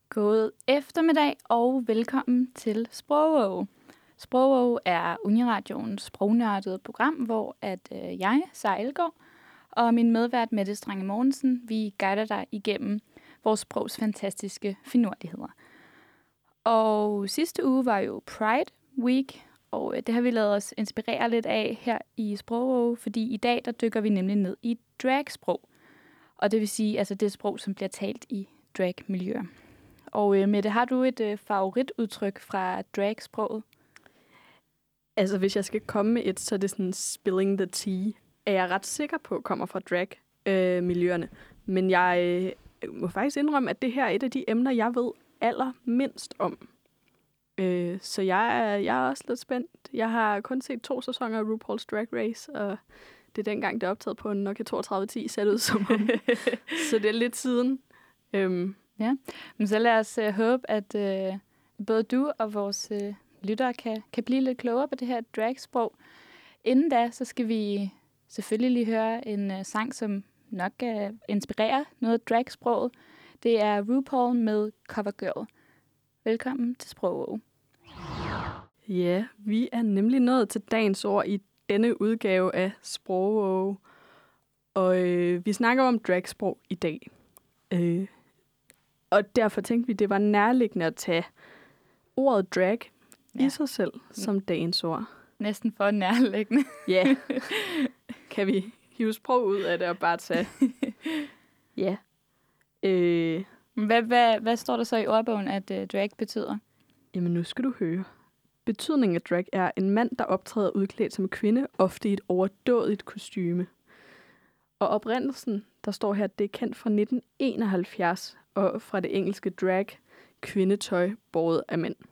God eftermiddag og velkommen til Sprogå. Sprogå er Uniradioens sprognørdede program, hvor jeg, Sara Elgaard, og min medvært Mette Strange Mogensen, vi guider dig igennem vores sprogs fantastiske finurligheder. Og sidste uge var jo Pride Week, og det har vi ladet os inspirere lidt af her i Sprogå, fordi i dag der dykker vi nemlig ned i dragsprog. Og det vil sige altså det sprog, som bliver talt i dragmiljøer. Og Mette, har du et favoritudtryk fra dragsproget? Altså, hvis jeg skal komme med et, så er det sådan spilling the tea, er jeg ret sikker på, kommer fra drag-miljøerne. Men jeg må faktisk indrømme, at det her er et af de emner, jeg ved allermindst om. Så jeg er også lidt spændt. Jeg har kun set 2 sæsoner af RuPaul's Drag Race, og det er dengang, det er optaget på en Nokia 3210, ser det ud som om. Så det er lidt siden. Ja, men så lad os håbe, at både du og vores lyttere kan blive lidt klogere på det her dragsprog. Inden da, så skal vi selvfølgelig lige høre en sang, som nok inspirerer noget af dragsproget. Det er RuPaul med Covergirl. Velkommen til Sprogå. Ja, vi er nemlig nået til dagens ord i denne udgave af Sprogå. Og vi snakker om dragsprog i dag. Og derfor tænkte vi, det var nærliggende at tage ordet drag i sig selv som dagens ord. Næsten for nærliggende. Ja. Kan vi hive sprog ud af det og bare tage? Ja. Hvad står der så i ordbogen, at drag betyder? Jamen, nu skal du høre. Betydningen af drag er en mand, der optræder udklædt som kvinde, ofte i et overdådigt kostyme. Og oprindelsen, der står her, det er kendt fra 1971, og fra det engelske drag, kvindetøj båret af mænd.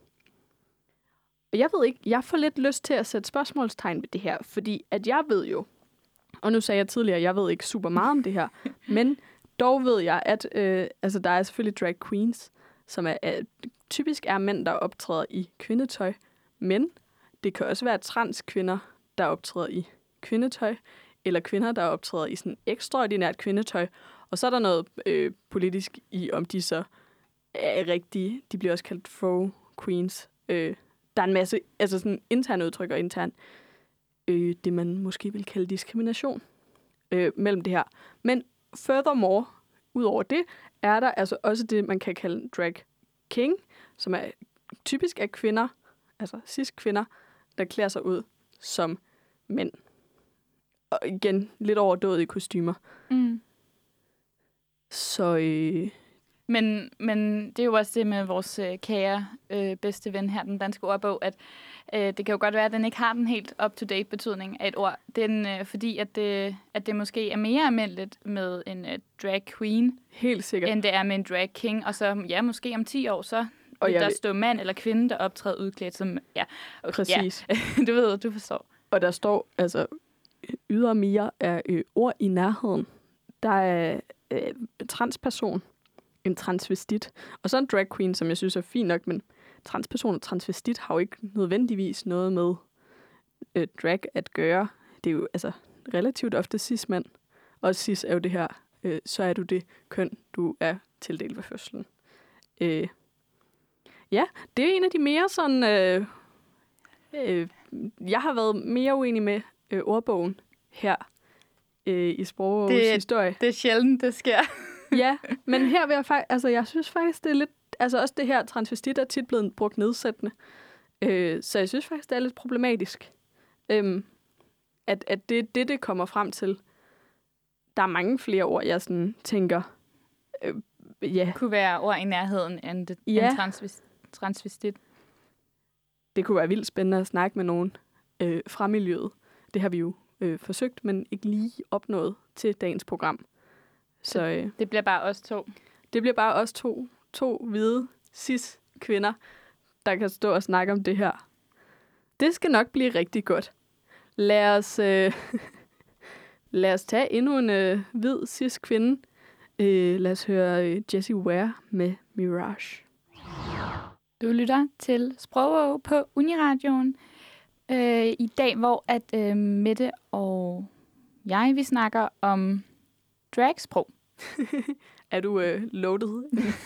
Og jeg ved ikke, jeg får lidt lyst til at sætte spørgsmålstegn ved det her, fordi at jeg ved jo, og nu sagde jeg tidligere, at jeg ved ikke super meget om det her, men dog ved jeg, at der er selvfølgelig drag queens, som typisk er mænd, der optræder i kvindetøj, men det kan også være transkvinder, der optræder i kvindetøj, eller kvinder, der optræder i sådan ekstraordinært kvindetøj. Og så er der noget politisk i, om de så er rigtige. De bliver også kaldt faux queens. Der er en masse sådan interne udtryk og intern det, man måske vil kalde diskrimination mellem det her. Men furthermore, udover det, er der altså også det, man kan kalde drag king, som er typisk af kvinder, altså cis-kvinder, der klæder sig ud som mænd. Og igen, lidt overdådet i kostymer. Mm. Så Men det er jo også det med vores kære bedste ven her, den danske ordbog, at det kan jo godt være, at den ikke har den helt up-to-date betydning af et ord. Fordi at det måske er mere almindeligt med en drag queen, helt sikkert, end det er med en drag king. Og så måske om 10 år, så vil der stå mand eller kvinde, der optræder udklædt som... Ja, okay, præcis. Ja. Du forstår. Og der står ydermere er ord i nærheden. Der er transperson, en transvestit, og så en drag queen, som jeg synes er fint nok, men transperson og transvestit har jo ikke nødvendigvis noget med drag at gøre. Det er jo relativt ofte cis-mand, og cis er jo det her, så er du det køn, du er tildelt ved fødslen. Ja, det er en af de mere sådan... jeg har været mere uenig med ordbogen her i Sprogås historie. Det er sjældent, det sker. Ja, men her vil jeg faktisk... jeg synes faktisk, det er lidt... også det her transvestit er tit blevet brugt nedsættende. Så jeg synes faktisk, det er lidt problematisk. At det kommer frem til. Der er mange flere ord, jeg sådan tænker... kunne være ord i nærheden end transvestit. Det kunne være vildt spændende at snakke med nogen fra miljøet. Det har vi jo forsøgt, men ikke lige opnået til dagens program. Så det bliver bare os to. Det bliver bare os to hvide cis-kvinder, der kan stå og snakke om det her. Det skal nok blive rigtig godt. Lad os tage endnu en hvid cis-kvinde. Lad os høre Jessie Ware med Mirage. Du lytter til Sprogå på Uniradioen. I dag, hvor at Mette og vi snakker om dragsprog. Er du loaded?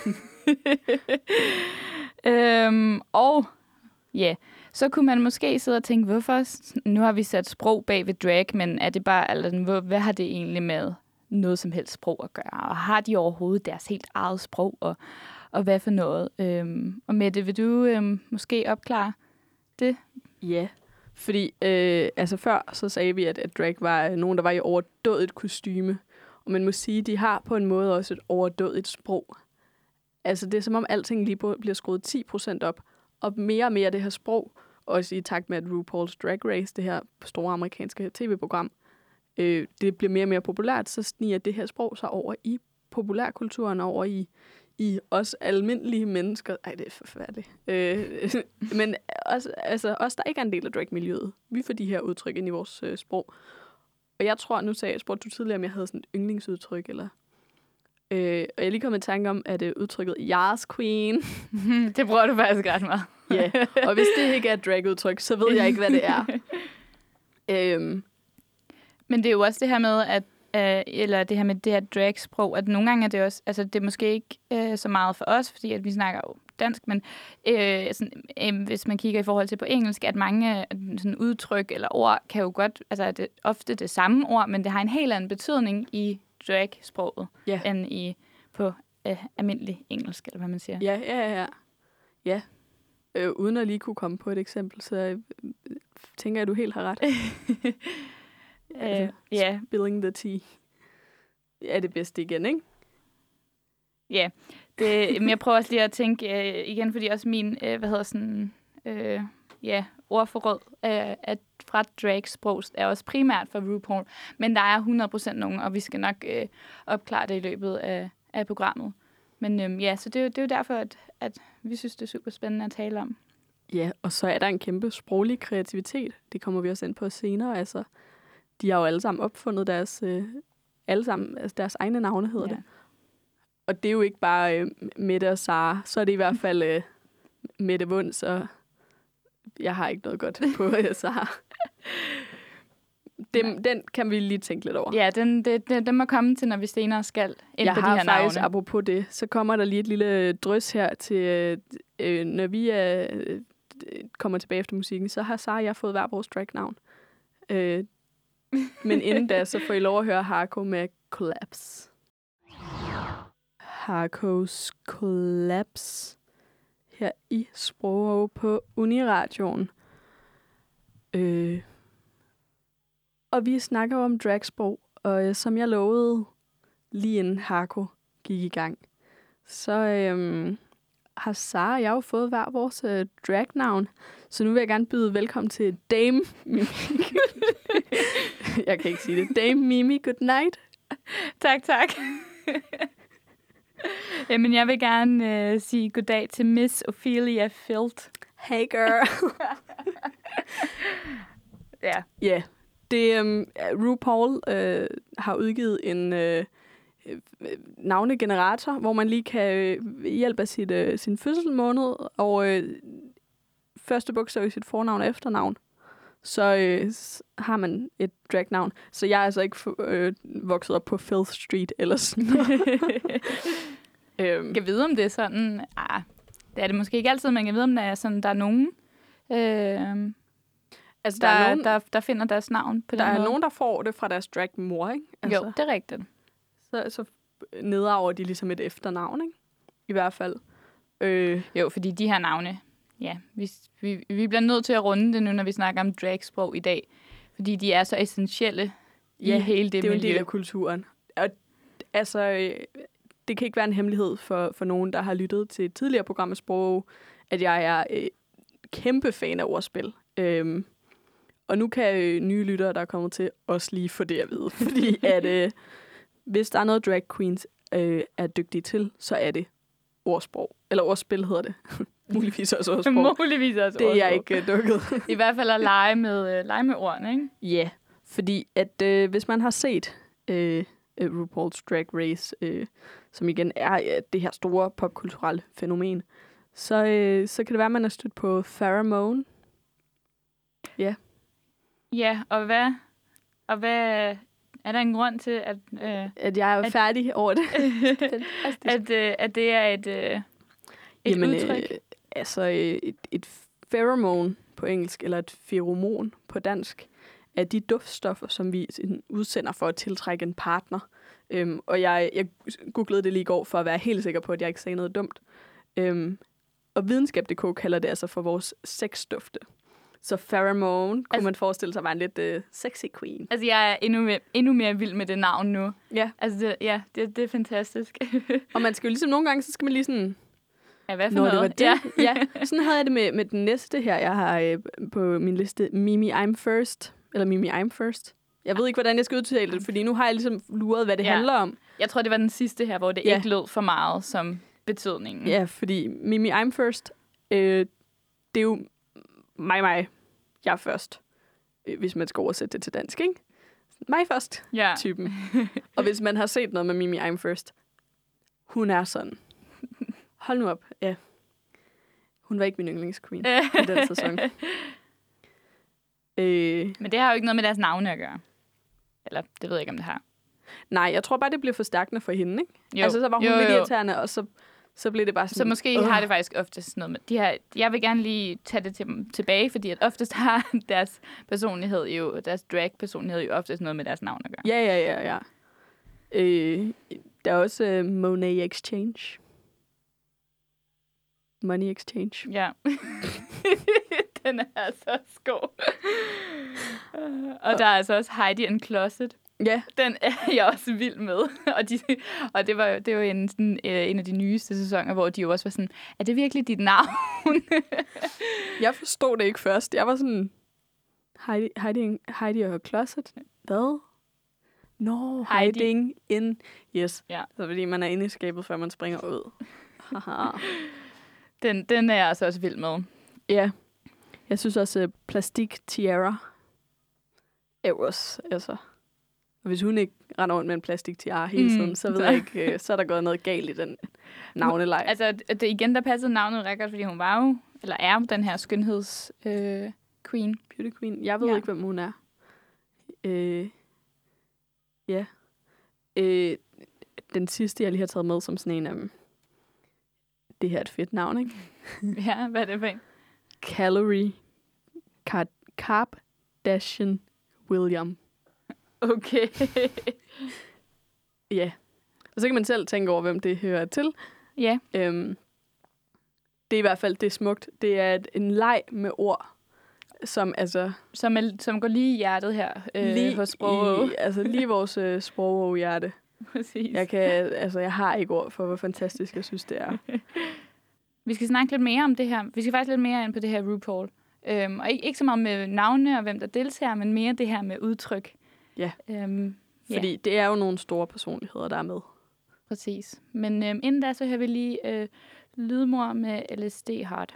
Og ja, så kunne man måske sidde og tænke, hvorfor? Nu har vi sat sprog bag ved drag, men er det bare, eller hvad har det egentlig med noget som helst sprog at gøre? Og har de overhovedet deres helt eget sprog, og hvad for noget? Og Mette, vil du måske opklare det? Ja, fordi før så sagde vi, at drag var nogen, der var i overdådigt kostyme. Og man må sige, at de har på en måde også et overdådigt sprog. Altså det er som om alting lige bliver skruet 10% op. Og mere af det her sprog, også i takt med, at RuPaul's Drag Race, det her store amerikanske tv-program, det bliver mere og mere populært, så sniger det her sprog sig over i populærkulturen, over i os almindelige mennesker. Ej, det er forfærdeligt. Men også, os, der ikke er en del af drag-miljøet, vi får de her udtryk ind i vores sprog. Og jeg tror, nu spurgte du tidligere, om jeg havde sådan et yndlingsudtryk, eller... og jeg er lige kommet i tanke om, at udtrykket Yas Queen... Det bruger du faktisk ret meget. Ja, og hvis det ikke er et drag-udtryk, så ved jeg ikke, hvad det er. Men det er jo også det her med, eller det her med det her drag-sprog, at nogle gange er det også, altså det er måske ikke så meget for os, fordi at vi snakker jo dansk, men hvis man kigger i forhold til på engelsk, at mange sådan udtryk eller ord kan jo godt, altså det er ofte det samme ord, men det har en helt anden betydning i drag-sproget, end på almindelig engelsk, eller hvad man siger. Ja. Uden at lige kunne komme på et eksempel, så tænker jeg, at du helt har ret. Spilling the tea er det bedste igen, ikke? Ja, men jeg prøver også lige at tænke igen, fordi også min, ordforråd at fra dragsprog er også primært for RuPaul, men der er 100% nogen, og vi skal nok opklare det i løbet af programmet. Men så det er jo derfor, at vi synes, det er super spændende at tale om. Ja, og så er der en kæmpe sproglig kreativitet. Det kommer vi også ind på senere. Altså, de har jo alle sammen opfundet deres egne navne, hedder det. Og det er jo ikke bare Mette og Sara. Så er det i hvert fald Mette Wunds, og jeg har ikke noget godt på Sara. Den kan vi lige tænke lidt over. Ja, den må komme til, når vi senere skal ind på de her navne. Faktisk, apropos det, så kommer der lige et lille drys her til, når vi kommer tilbage efter musikken, så har Sara og jeg fået hver vores dragnavn. Men inden da, så får I lov at høre Harko med Collapse. Harkos Collapse her i Sprog på Uniradioen. Og vi snakker om dragsprog, og som jeg lovede lige inden Harko gik i gang, så har Sara og jeg jo fået hver vores dragnavn. Så nu vil jeg gerne byde velkommen til Dame Mimi. Jeg kan ikke sige det. Dame Mimi, good night. Tak. Jamen, jeg vil gerne sige goddag til Miss Ophelia Filt. Hey girl. Ja. Ja. Det RuPaul har udgivet en navnegenerator, hvor man lige kan hjælpe af sin fødselsmåned og første bogstav i sit fornavn og efternavn. Så har man et dragnavn. Så jeg er altså ikke vokset op på Filth Street eller sådan Jeg kan vide, om det er sådan... det er det måske ikke altid, men jeg kan vide, om der er sådan, der er nogen... Altså, der finder deres navn på den måde. Der er nogen, der får det fra deres dragmor, ikke? Altså, jo, det er rigtigt. Så nedover de ligesom et efternavn, ikke? I hvert fald. Jo, fordi de her navne... Ja, vi bliver nødt til at runde det nu, når vi snakker om dragsprog i dag. Fordi de er så essentielle i hele det miljø. Det er jo en del af kulturen. Og altså, det kan ikke være en hemmelighed for nogen, der har lyttet til et tidligere program af Sprog, at jeg er kæmpe fan af ordspil. Og nu kan nye lyttere, der er kommet til, også lige få det at vide. Fordi at hvis der er noget drag queens er dygtige til, så er det ordsprog. Eller ordspil hedder det. Muligvis også ordsprog. Muligvis også det er jeg ikke dukket. I hvert fald at lege med ordene, ikke? Ja, fordi at hvis man har set RuPaul's Drag Race, som igen er det her store popkulturelle fænomen, så kan det være, at man har stødt på Farrah Moan. Ja. Ja, og hvad Er der en grund til, at jeg er færdig over det? at det er et udtryk? Et pheromone på engelsk, eller et feromon på dansk, er de duftstoffer, som vi udsender for at tiltrække en partner. Og jeg googlede det lige i går, for at være helt sikker på, at jeg ikke sagde noget dumt. Og videnskab.dk kalder det altså for vores sexdufte. Så pheromone kunne man forestille sig var en lidt sexy queen. Altså, jeg er endnu mere vild med det navn nu. Ja. Altså, det er fantastisk. Og man skal jo ligesom nogle gange, så skal man lige sådan... Ja, hvad for noget? Det var det. Ja. Sådan havde jeg det med den næste her. Jeg har på min liste Mimi I'm First. Eller Mimi I'm First. Jeg ved ikke, hvordan jeg skal udtale det, fordi nu har jeg ligesom luret, hvad det handler om. Jeg tror, det var den sidste her, hvor det ikke lød for meget som betydningen. Ja, fordi Mimi I'm First, det er jo mig, jeg er først. Hvis man skal oversætte det til dansk, ikke? Mig først, typen. Og hvis man har set noget med Mimi I'm First, hun er sådan. Hold nu op, ja. Hun var ikke min yndlingsqueen i den sæson. Men det har jo ikke noget med deres navne at gøre. Eller, det ved jeg ikke, om det har. Nej, jeg tror bare, det bliver forstærkende for hende, ikke? Jo. Altså, så var hun lidt irriterende, og så blev det bare sådan... Så måske har det faktisk oftest noget med... Jeg vil gerne lige tage det tilbage, fordi at oftest har deres personlighed jo... Deres drag-personlighed jo oftest noget med deres navn at gøre. Ja. Der er også Monet Exchange. Money Exchange. Ja. Den er altså skår. Og der er altså også Heidi and Closet. Ja. Den er jeg også vild med. Og det var jo en af de nyeste sæsoner, hvor de jo også var sådan, er det virkelig dit navn? Jeg forstod det ikke først. Jeg var sådan, Heidi og Closet? Hvad? No, hiding in. Yes. Ja. Så fordi man er inde i skabet, før man springer ud. Den er jeg altså også vild med. Ja. Jeg synes også, Plastik Tiara er også, altså... Hvis hun ikke render rundt med en plastik tiara hele tiden, så ved jeg ikke, så er der gået noget galt i den navneleg. Altså, igen, der passede navnet ret godt, fordi hun var jo, eller er den her skønheds queen. Beauty queen. Jeg ved ikke, hvem hun er. Den sidste, jeg lige har taget med som sådan en af dem. Det her er et fedt navn, ikke? Ja, hvad er det for en? Calorie Kardashian William. Okay. Ja. Og så kan man selv tænke over, hvem det hører til. Ja. Det er i hvert fald, det er smukt. Det er en leg med ord, som altså... Som går lige i hjertet her hos Sprogø. Altså lige vores Sprogø-hjerte. Præcis. Jeg har ikke ord for, hvor fantastisk jeg synes, det er. Vi skal snakke lidt mere om det her. Vi skal faktisk lidt mere ind på det her RuPaul. Og ikke så meget med navne og hvem der deltager, men mere det her med udtryk. Ja, fordi det er jo nogle store personligheder, der er med. Præcis. Men inden da, så hører vi lige Lydmor med LSD Heart.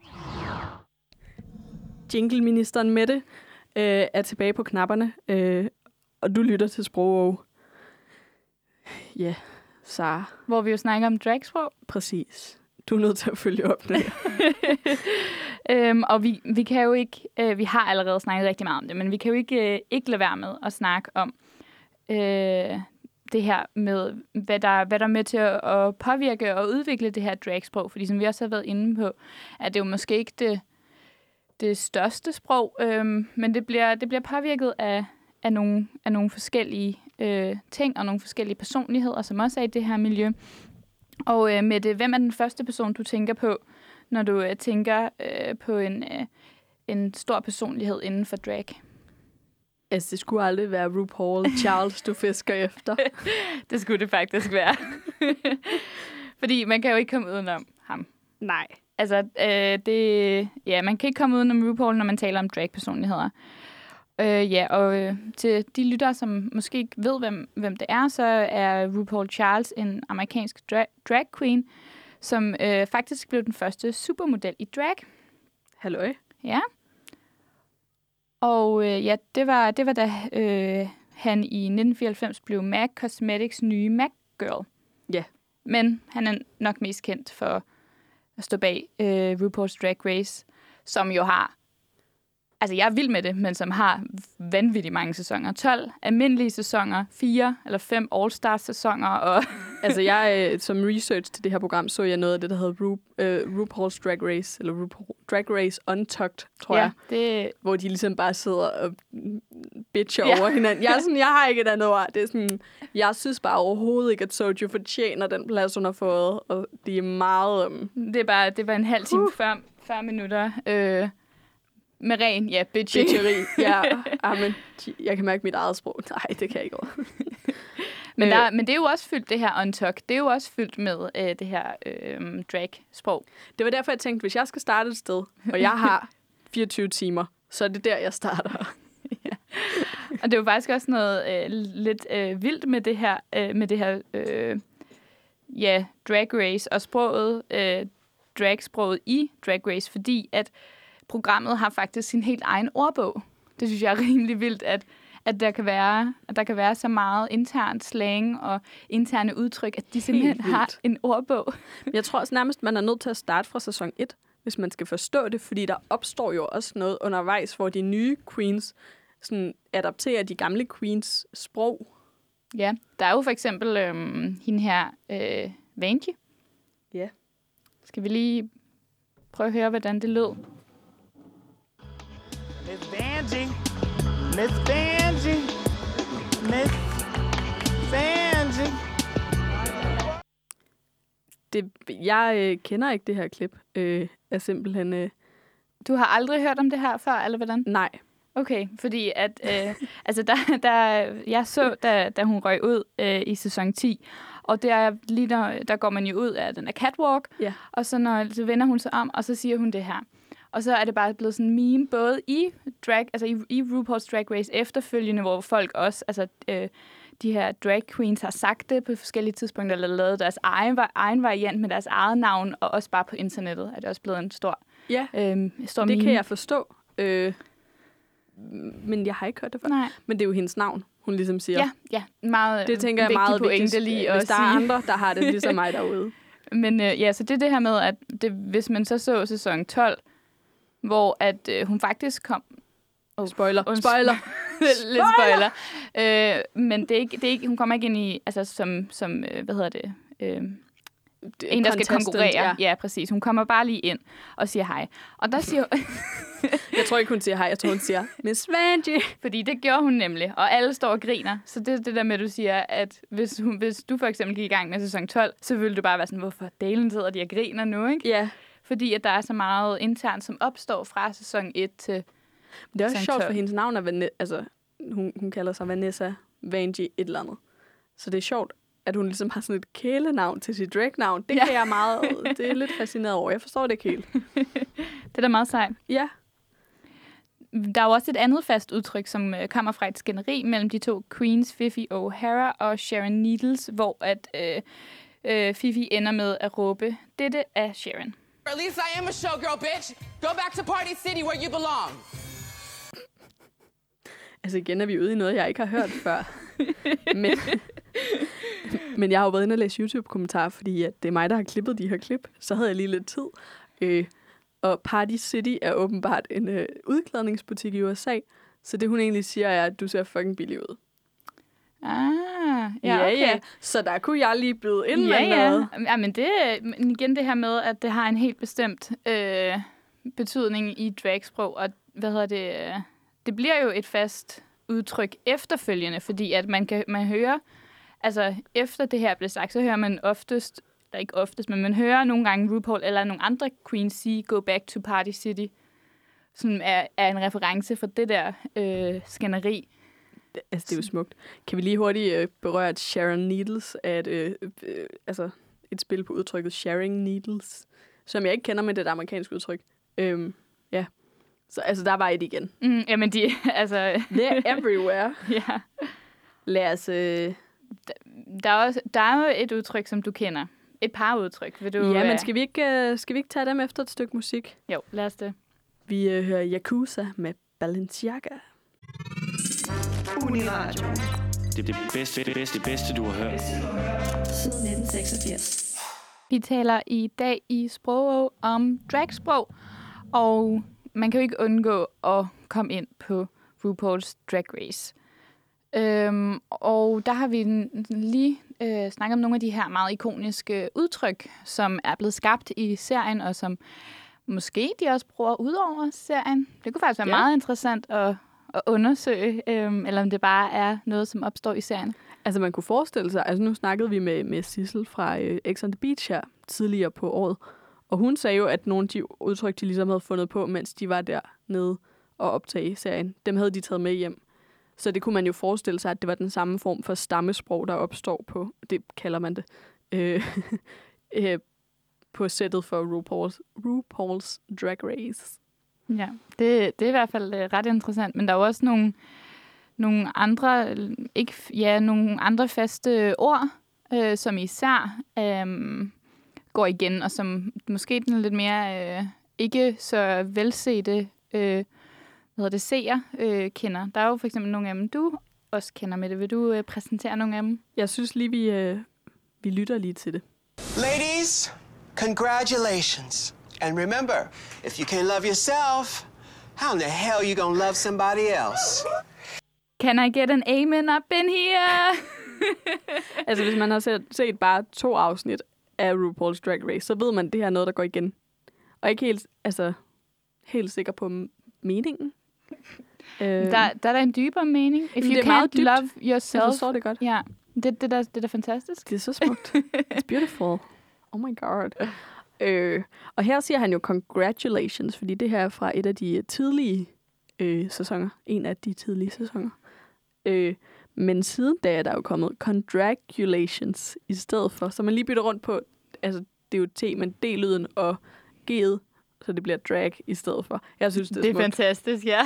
Jingle-ministeren Mette er tilbage på knapperne, og du lytter til Sprogø. Ja, Sara. Hvor vi jo snakker om dragsprog. Præcis. Du er nødt til at følge op med. Og vi kan jo ikke, vi har allerede snakket rigtig meget om det, men vi kan jo ikke lade være med at snakke om det her med, hvad der er med til at påvirke og udvikle det her dragsprog. Fordi som vi også har været inde på, at det jo måske ikke det største sprog, men det bliver påvirket af nogle forskellige ting og nogle forskellige personligheder, som også er i det her miljø. Og Mette, hvem er den første person, du tænker på, når du tænker på en stor personlighed inden for drag? Altså, det skulle aldrig være RuPaul Charles, du fisker efter. Det skulle det faktisk være. Fordi man kan jo ikke komme udenom ham. Nej. Altså, man kan ikke komme udenom RuPaul, når man taler om drag-personligheder. Til de lyttere, som måske ikke ved, hvem det er, så er RuPaul Charles en amerikansk drag queen, som faktisk blev den første supermodel i drag. Halløj. Ja. Og det var da han i 1994 blev MAC Cosmetics nye MAC Girl. Ja. Men han er nok mest kendt for at stå bag RuPaul's Drag Race, som jo har altså jeg er vild med det, men som har vanvittigt mange sæsoner. 12 almindelige sæsoner, 4 eller 5 All-Stars-sæsoner. Og altså jeg, som research til det her program, så jeg noget af det, der hedder RuPaul's Drag Race, eller Drag Race Untucked, tror jeg. Det... Hvor de ligesom bare sidder og bitcher over hinanden. Jeg har ikke et andet ord. Det er sådan, jeg synes bare overhovedet ikke, at Soju fortjener den plads, hun har fået. Og de er meget... Det er bare en halv time, 40 minutter... med ren, bitcheri. Ja, men jeg kan mærke mit eget sprog. Nej, det kan jeg ikke over. Men det er jo også fyldt, det her Untucked. Det er jo også fyldt med det her drag-sprog. Det var derfor, jeg tænkte, hvis jeg skal starte et sted, og jeg har 24 timer, så er det der, jeg starter. Ja. Og det er jo faktisk også noget lidt vildt med det her, Drag Race og sproget, dragsproget i Drag Race, fordi at programmet har faktisk sin helt egen ordbog. Det synes jeg er rimelig vildt, at der kan være så meget internt slang og interne udtryk, at de simpelthen har en ordbog. Jeg tror også nærmest, man er nødt til at starte fra sæson 1, hvis man skal forstå det, fordi der opstår jo også noget undervejs, hvor de nye queens sådan adapterer de gamle queens sprog. Ja, der er jo for eksempel hende her, Vanjie. Ja. Skal vi lige prøve at høre, hvordan det lød? Miss Vanjie. Miss Vanjie. Miss Vanjie. Jeg kender ikke det her klip. Er simpelthen... Du har aldrig hørt om det her før, eller hvordan? Nej. Okay, fordi at, altså jeg så, da hun røg ud i sæson 10, og der går man jo ud af den her catwalk, og så vender hun sig om, og så siger hun det her. Og så er det bare blevet sådan en meme, både i RuPaul's Drag Race efterfølgende, hvor folk også, altså de her drag queens har sagt det på forskellige tidspunkter, eller lavet deres egen variant med deres eget navn, og også bare på internettet er det også blevet en stor stor det meme. Kan jeg forstå. Men jeg har ikke hørt det før. Nej. Men det er jo hendes navn, hun ligesom siger. Ja, meget det tænker jeg er meget vigtigt, lige hvis der er andre, der har det ligesom mig derude. Men så det er det her med, at hvis man så sæson 12, hvor at hun faktisk kom... Spoiler. Lidt spoiler. Men det er ikke, hun kommer ikke ind i, altså som hvad hedder det... en, der skal konkurrere. Ja, præcis. Hun kommer bare lige ind og siger hej. Og der siger jeg tror ikke, hun siger hej. Jeg tror, hun siger Miss Vanjie. Fordi det gjorde hun nemlig. Og alle står og griner. Så det er det der med, at du siger, at hvis du for eksempel gik i gang med sæson 12, så ville du bare være sådan, hvorfor delen sidder de og griner nu, ikke? Ja. Fordi at der er så meget internt, som opstår fra sæson 1 til det er også sjovt, for hendes navn er altså, hun kalder sig Vanessa Vanjie et eller andet. Så det er sjovt, at hun ligesom har sådan et kælenavn til sit dragnavn. Det kan jeg meget... Det er lidt fascineret over. Jeg forstår det ikke helt. Det er da meget sejt. Ja. Der er jo også et andet fast udtryk, som kommer fra et skænderi mellem de to queens, Phi O'Hara og Sharon Needles, hvor at Phi ender med at råbe, dette er Sharon. At least I am a showgirl, bitch. Go back to Party City where you belong. Altså igen er vi ude i noget, jeg ikke har hørt før. Men jeg har jo været inde og læse YouTube-kommentarer, fordi at det er mig, der har klippet de her klip. Så havde jeg lige lidt tid. Og Party City er åbenbart en udklædningsbutik i USA. Så det, hun egentlig siger, er, at du ser fucking billig ud. Okay. Så der kunne jeg lige byde ind med noget. Ja, men igen det her med, at det har en helt bestemt betydning i dragsprog. Og det bliver jo et fast udtryk efterfølgende, fordi at man hører, altså efter det her blev sagt, så hører man oftest, eller ikke oftest, men man hører nogle gange RuPaul eller nogle andre queens sige, go back to Party City, som er en reference for det der skænderi. Altså, det er jo smukt. Kan vi lige hurtigt berøre, at Sharon Needles er et spil på udtrykket Sharing Needles, som jeg ikke kender med det amerikanske udtryk. Ja. Så altså, der var et igen. Jamen, altså... They're everywhere. Ja. Lad os... Der er jo et udtryk, som du kender. Et par udtryk. Vil du, men skal vi ikke tage dem efter et stykke musik? Jo, lad os det. Vi hører Yakuza med Balenciaga. Uniradio. Det er det bedste, du har hørt. Siden 1986. Vi taler i dag i Sprogå om dragsprog, og man kan jo ikke undgå at komme ind på RuPaul's Drag Race. Og der har vi lige snakket om nogle af de her meget ikoniske udtryk, som er blevet skabt i serien, og som måske de også bruger ud over serien. Det kunne faktisk være meget interessant at undersøge, eller om det bare er noget, som opstår i serien. Altså man kunne forestille sig, altså nu snakkede vi med Sissel fra X on the Beach her tidligere på året, og hun sagde jo, at nogle af de udtryk, de ligesom havde fundet på, mens de var dernede og optage serien, dem havde de taget med hjem. Så det kunne man jo forestille sig, at det var den samme form for stammesprog, der opstår på, det kalder man det, på sættet for RuPaul's Drag Race. Ja, det er i hvert fald ret interessant, men der er jo også nogle andre faste ord, som især går igen, og som måske den lidt mere ikke så velsete seer kender. Der er jo for eksempel nogle af dem, du også kender med det. Vil du præsentere nogle af dem? Jeg synes lige, vi lytter lige til det. Ladies, congratulations. And remember, if you can't love yourself, how in the hell are you gonna love somebody else? Can I get an amen up in here? Altså, hvis man har set bare 2 afsnit af RuPaul's Drag Race, så ved man, at det her er noget, der går igen. Og ikke helt sikker på meningen. Der er en dybere mening. If you can't love yourself. Jeg forstår det godt. Ja, det er da fantastisk. Det er så smukt. It's beautiful. Oh my god. Og her siger han jo congratulations, fordi det her er fra et af de tidlige sæsoner. En af de tidlige sæsoner. Men siden da er der jo kommet congratulations i stedet for. Så man lige bytter rundt på, altså det er jo T, men D-lyden og G'et, så det bliver drag i stedet for. Jeg synes, det er smukt. Fantastisk, ja.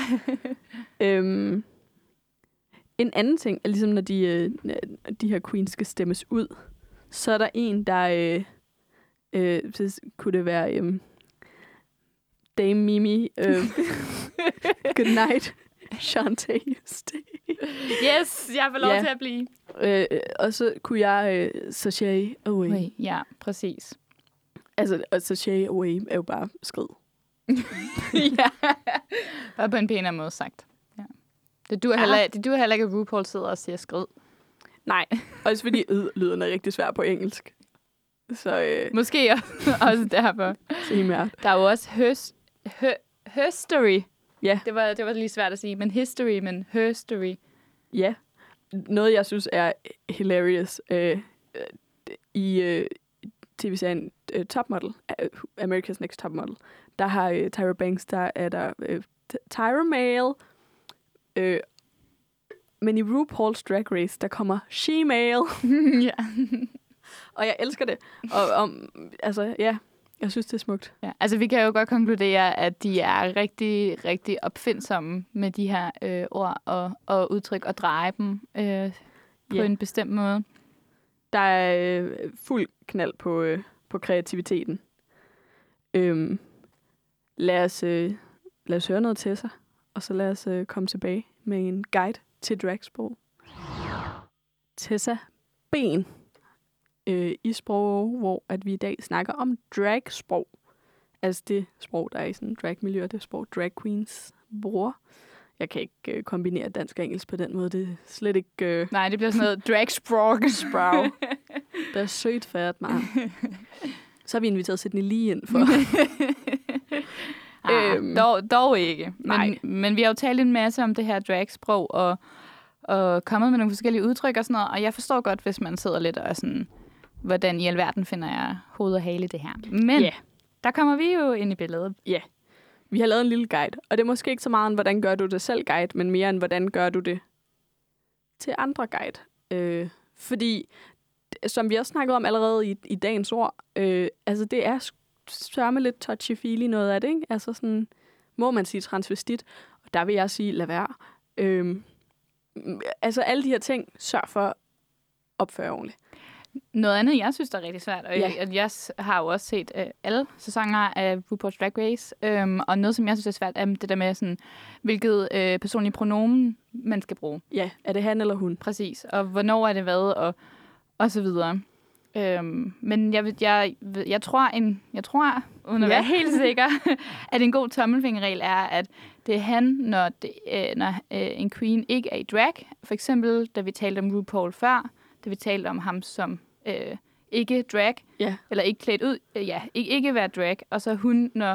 En anden ting er ligesom, når de her queens skal stemmes ud, så er der en, der så kunne det være Dame Mimi, Good night, Shantae Stay. Yes, jeg får lov til at blive. Og så kunne jeg Sashay Away. Ja, præcis. Altså, og Sashay Away er jo bare skrid. Ja, bare på en pænere måde sagt. Ja. Det duer heller ikke, at RuPaul sidder og siger skrid. Nej, også fordi lyden er rigtig svær på engelsk. Så, måske også derfor. Primært. Der er jo også history. Ja. Det var lige svært at sige, men history, men history. Ja. Noget, jeg synes er hilarious i tv-serien Top Model, America's Next Top Model, der har Tyra Banks, der er der Tyra Male, men i RuPaul's Drag Race, der kommer She Male. Ja. Og jeg elsker det. Og altså, ja, jeg synes, det er smukt. Ja, altså, vi kan jo godt konkludere, at de er rigtig, rigtig opfindsomme med de her ord og udtryk, og dreje dem på en bestemt måde. Der er fuld knald på kreativiteten. Lad os høre noget til sig, og så lad os komme tilbage med en guide til dragsprog. Tessa Ben i sprog, hvor at vi i dag snakker om dragsprog. Altså det sprog, der er i sådan dragmiljø, det sprog drag queens bruger. Jeg kan ikke kombinere dansk og engelsk på den måde. Det er slet ikke... Nej, det bliver sådan noget dragsprog. Det er sødt færdigt, man. Så har vi inviteret Sydney lige ind for... Dog ikke. Men vi har jo talt en masse om det her dragsprog, og kommet med nogle forskellige udtryk og sådan noget, og jeg forstår godt, hvis man sidder lidt og sådan, hvordan i alverden finder jeg hoved og hale i det her. Men der kommer vi jo ind i billedet. Ja, vi har lavet en lille guide, og det er måske ikke så meget en, hvordan gør du det selv guide, men mere en, hvordan gør du det til andre guide. Fordi, som vi også snakket om allerede i dagens ord, altså det er sørme lidt touchy-feely noget af det, ikke? Altså sådan, må man sige transvestit, og der vil jeg sige, lad være. Altså alle de her ting, sørg for at opføre ordentligt. Noget andet, jeg synes, der er rigtig svært, og jeg har jo også set alle sæsoner af RuPaul's Drag Race, og noget, som jeg synes er svært, er det der med, sådan, hvilket personlige pronomen man skal bruge. Ja, er det han eller hun? Præcis, og hvornår er det hvad, og så videre. Men jeg tror, uden at være helt sikker, at en god tommelfingerregel er, at det er han, når en queen ikke er i drag. For eksempel, da vi talte om RuPaul før, da vi talte om ham som ikke drag, eller ikke klædt ud, ikke være drag, og så hun, når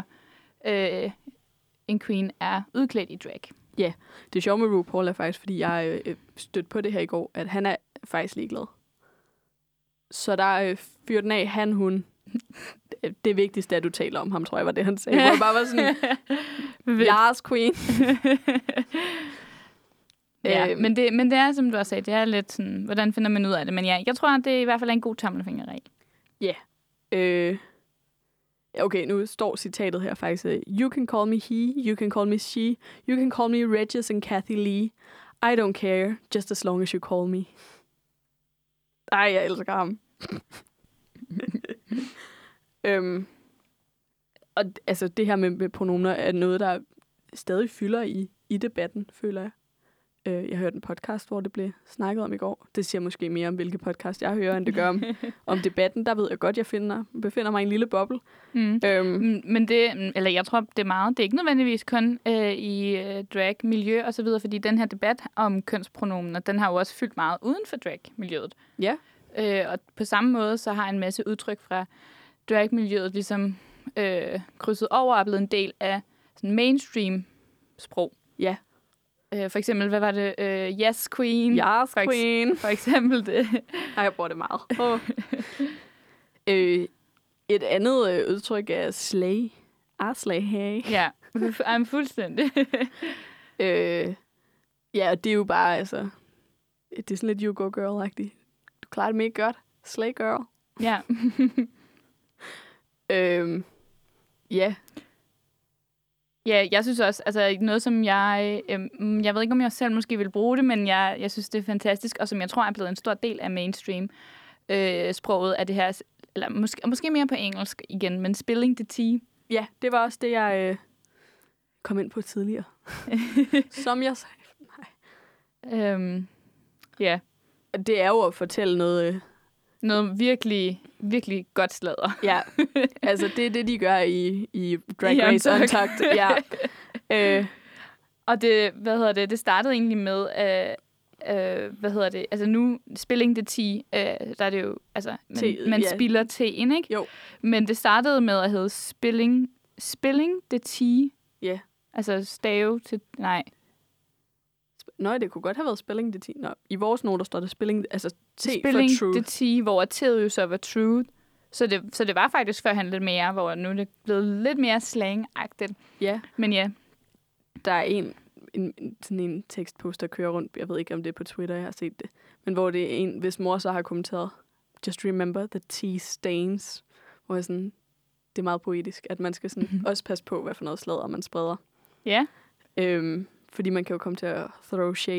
en queen er udklædt i drag. Ja, det sjove med RuPaul er faktisk, fordi jeg stødte på det her i går, at han er faktisk ligeglad. Så der fyrer den af, hun. Det vigtigste er, at du taler om ham, tror jeg, var det, han sagde. Hvor jeg bare var sådan, Lars Queen. Men det er, som du har sagt, det er lidt sådan, hvordan finder man ud af det? Men ja, jeg tror, at det i hvert fald er en god tommelfingerregel. Ja. Okay, nu står citatet her faktisk. You can call me he, you can call me she, you can call me Regis and Kathy Lee. I don't care, just as long as you call me. Ej, jeg elsker ham. Og altså, det her med pronomener er noget, der stadig fylder i debatten, føler jeg. Jeg hørte en podcast, hvor det blev snakket om i går. Det siger måske mere om, hvilke podcast jeg hører, end det gør om debatten. Der ved jeg godt, jeg befinder mig i en lille boble. Men jeg tror, det er meget. Det er ikke nødvendigvis kun i drag-miljø og så videre, fordi den her debat om kønspronomener, den har jo også fyldt meget uden for drag-miljøet. Ja. Og på samme måde, så har en masse udtryk fra drag-miljøet ligesom krydset over og er blevet en del af sådan mainstream-sprog. Ja. For eksempel, hvad var det? Yes, Queen. Yes, Queen. For eksempel det. Ej, jeg bruger det meget. Et andet udtryk er slay. Slay, hey. Ja, I'm fuldstændig. Ja, det er jo bare, altså... Det er sådan lidt you go girl-agtigt. Du klarer det mega godt. Slay girl. Ja. Ja. Ja, jeg synes også, altså noget, som jeg ved ikke, om jeg selv måske vil bruge det, men jeg synes, det er fantastisk, og som jeg tror er blevet en stor del af mainstream-sproget af det her, eller måske mere på engelsk igen, men spilling the tea. Ja, det var også det, jeg kom ind på tidligere. Som jeg sagde. Nej. Ja. Det er jo at fortælle noget... Noget virkelig, virkelig godt sladder. Ja, altså det er det, de gør i Drag Race Untucked. Ja. Og det, det startede egentlig med, altså nu, spilling the tea, der er det jo, altså, man spilder teen, ikke? Jo. Men det startede med at hedde spilling the tea. Ja. Yeah. Altså stave til, nej. Nå, det kunne godt have været spilling the tea. Nå, i vores noter står det spilling, altså T spilling for truth. The tea, hvor T'et jo så var truth. Så det var faktisk førhen lidt mere, hvor nu er det blevet lidt mere slang-agtigt. Ja. Men ja. Der er sådan en tekstpost, der kører rundt. Jeg ved ikke, om det er på Twitter, jeg har set det. Men hvor det er en, hvis mor så har kommenteret, just remember the tea stains. Hvor sådan, det er meget poetisk, at man skal sådan også passe på, hvad for noget sladder man spreder. Ja. Fordi man kan jo komme til at throw shade.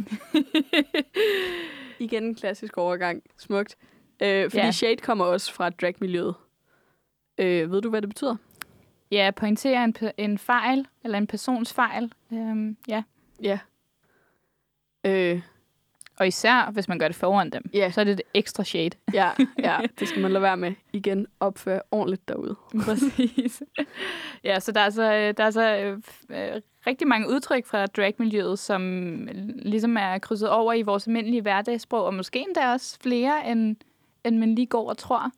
Igen en klassisk overgang. Smukt. Fordi shade kommer også fra drag-miljøet. Ved du, hvad det betyder? Ja, pointere en fejl, eller en persons fejl. Ja. Ja. Og især, hvis man gør det foran dem, så er det ekstra shade. Ja, det skal man lade være med. Igen, opføre ordentligt derude. Præcis. Ja, så der er rigtig mange udtryk fra drag-miljøet, som ligesom er krydset over i vores almindelige hverdagssprog, og måske endda også flere, end man lige går og tror.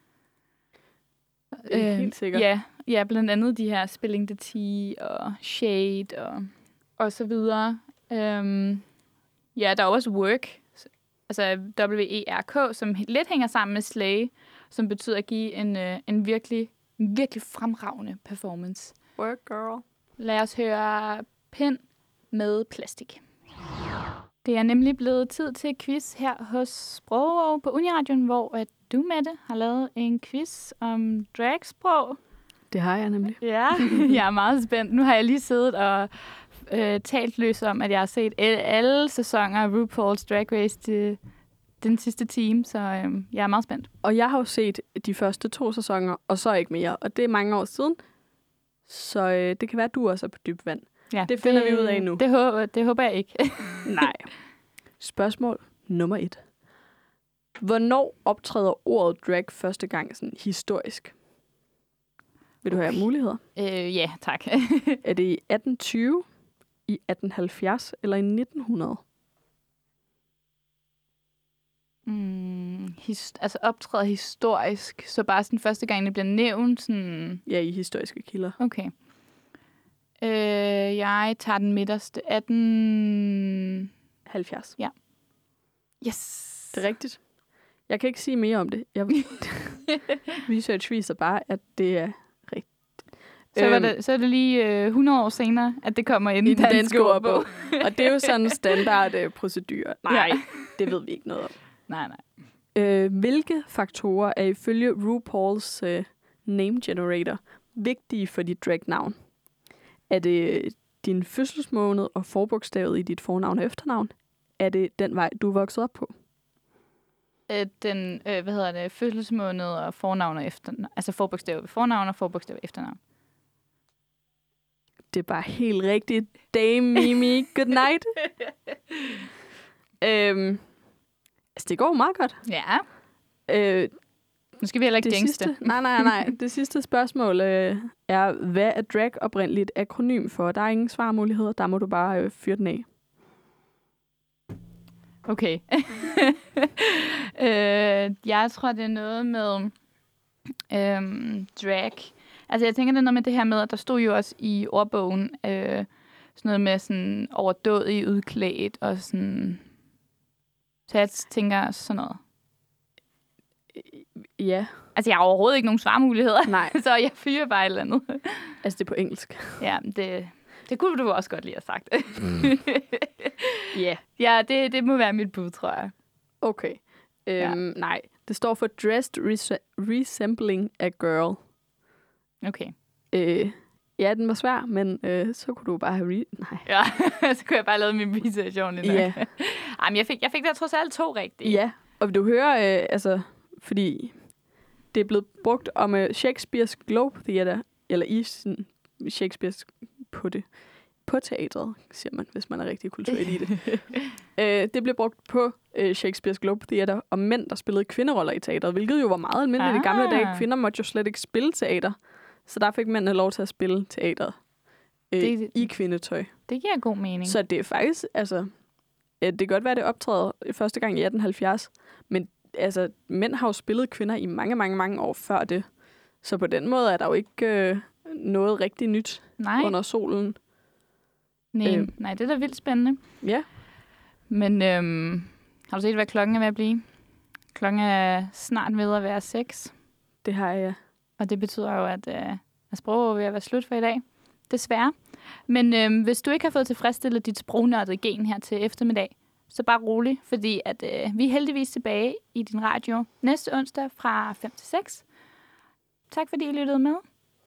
Helt sikkert. Ja, blandt andet de her spilling the tea og shade og så videre. Ja, der er også work, altså W-E-R-K, som lidt hænger sammen med slay, som betyder at give en virkelig, virkelig fremragende performance. Work, girl. Lad os høre Pind med plastik. Det er nemlig blevet tid til quiz her hos Sprog på Uniradion, hvor at du, Mette, har lavet en quiz om dragsprog. Det har jeg nemlig. Ja, jeg er meget spændt. Nu har jeg lige siddet og talt løs om, at jeg har set alle sæsoner af RuPaul's Drag Race til den sidste time, så jeg er meget spændt. Og jeg har jo set de første 2 sæsoner, og så ikke mere. Og det er mange år siden, så det kan være, at du også er på dybt vand. Ja, det finder vi ud af nu. Det håber jeg ikke. Nej. Spørgsmål nummer 1. Hvornår optræder ordet drag første gang sådan historisk? Vil du have muligheder? Ja, tak. Er det i 1820, i 1870 eller i 1900? Altså optræder historisk, så bare sådan første gang, det bliver nævnt. Sådan... Ja, i historiske kilder. Okay. Jeg tager den midterste. 70. Ja. Yes. Det er rigtigt. Jeg kan ikke sige mere om det. Research viser bare, at det er rigtigt. Så er det lige 100 år senere, at det kommer ind i den danske ordbog. Og det er jo sådan en standard procedure. Nej, det ved vi ikke noget om. Nej. Hvilke faktorer er ifølge RuPaul's Name Generator vigtige for dit drag-navn? Er det din fødselsmåned og forbogstavet i dit fornavn og efternavn? Er det den vej, du er vokset op på? Den, fødselsmåned og fornavn og efternavn. Altså forbogstavet ved fornavn og forbogstavet ved efternavn. Det er bare helt rigtigt. Dame Mimi, good night. Det går meget godt. Ja. Nu skal vi heller ikke gængste. Nej. Det sidste spørgsmål er, hvad er drag oprindeligt akronym for? Der er ingen svarmuligheder. Der må du bare fyre den af. Okay. Jeg tror, det er noget med drag. Altså, jeg tænker, det er noget med det her med, at der stod jo også i ordbogen sådan noget med sådan overdådig udklædt og sådan... Så jeg tænker sådan noget. Ja. Altså, jeg har overhovedet ikke nogen svarmuligheder. Nej. Så jeg fyrer bare et eller andet. Altså, det er på engelsk. Ja, det kunne du også godt lige have sagt. Yeah. Ja, det må være mit bud, tror jeg. Okay. Nej, det står for dressed resembling a girl. Okay. Ja, den var svær, men så kunne du bare have nej. Ja, så kunne jeg bare lave min research ordentligt. Ja. Ej, men jeg fik der trods alt 2 rigtige. Ja, og vil du høre, fordi det er blevet brugt om Shakespeare's Globe Theatre, eller i sådan, Shakespeare's på teatret, siger man, hvis man er rigtig kulturel i det. Det blev brugt på Shakespeare's Globe Theatre om mænd, der spillede kvinderoller i teatret, hvilket jo var meget almindeligt i gamle dage. Kvinder måtte jo slet ikke spille teater, så der fik mændene lov til at spille teateret i kvindetøj. Det giver god mening. Så det er faktisk, det kan godt være, det optræder første gang i 1870, men mænd har jo spillet kvinder i mange, mange, mange år før det. Så på den måde er der jo ikke noget rigtig nyt under solen. Nej, det er da vildt spændende. Ja. Men har du set, hvad klokken er ved at blive? Klokken er snart ved at være 6. Det har jeg. Og det betyder jo, at sproget er ved at være slut for i dag. Desværre. Men hvis du ikke har fået tilfredsstillet dit sprognørdede gen her til eftermiddag, så bare rolig, fordi at vi er heldigvis tilbage i din radio næste onsdag fra 5 til 6. Tak fordi I lyttede med.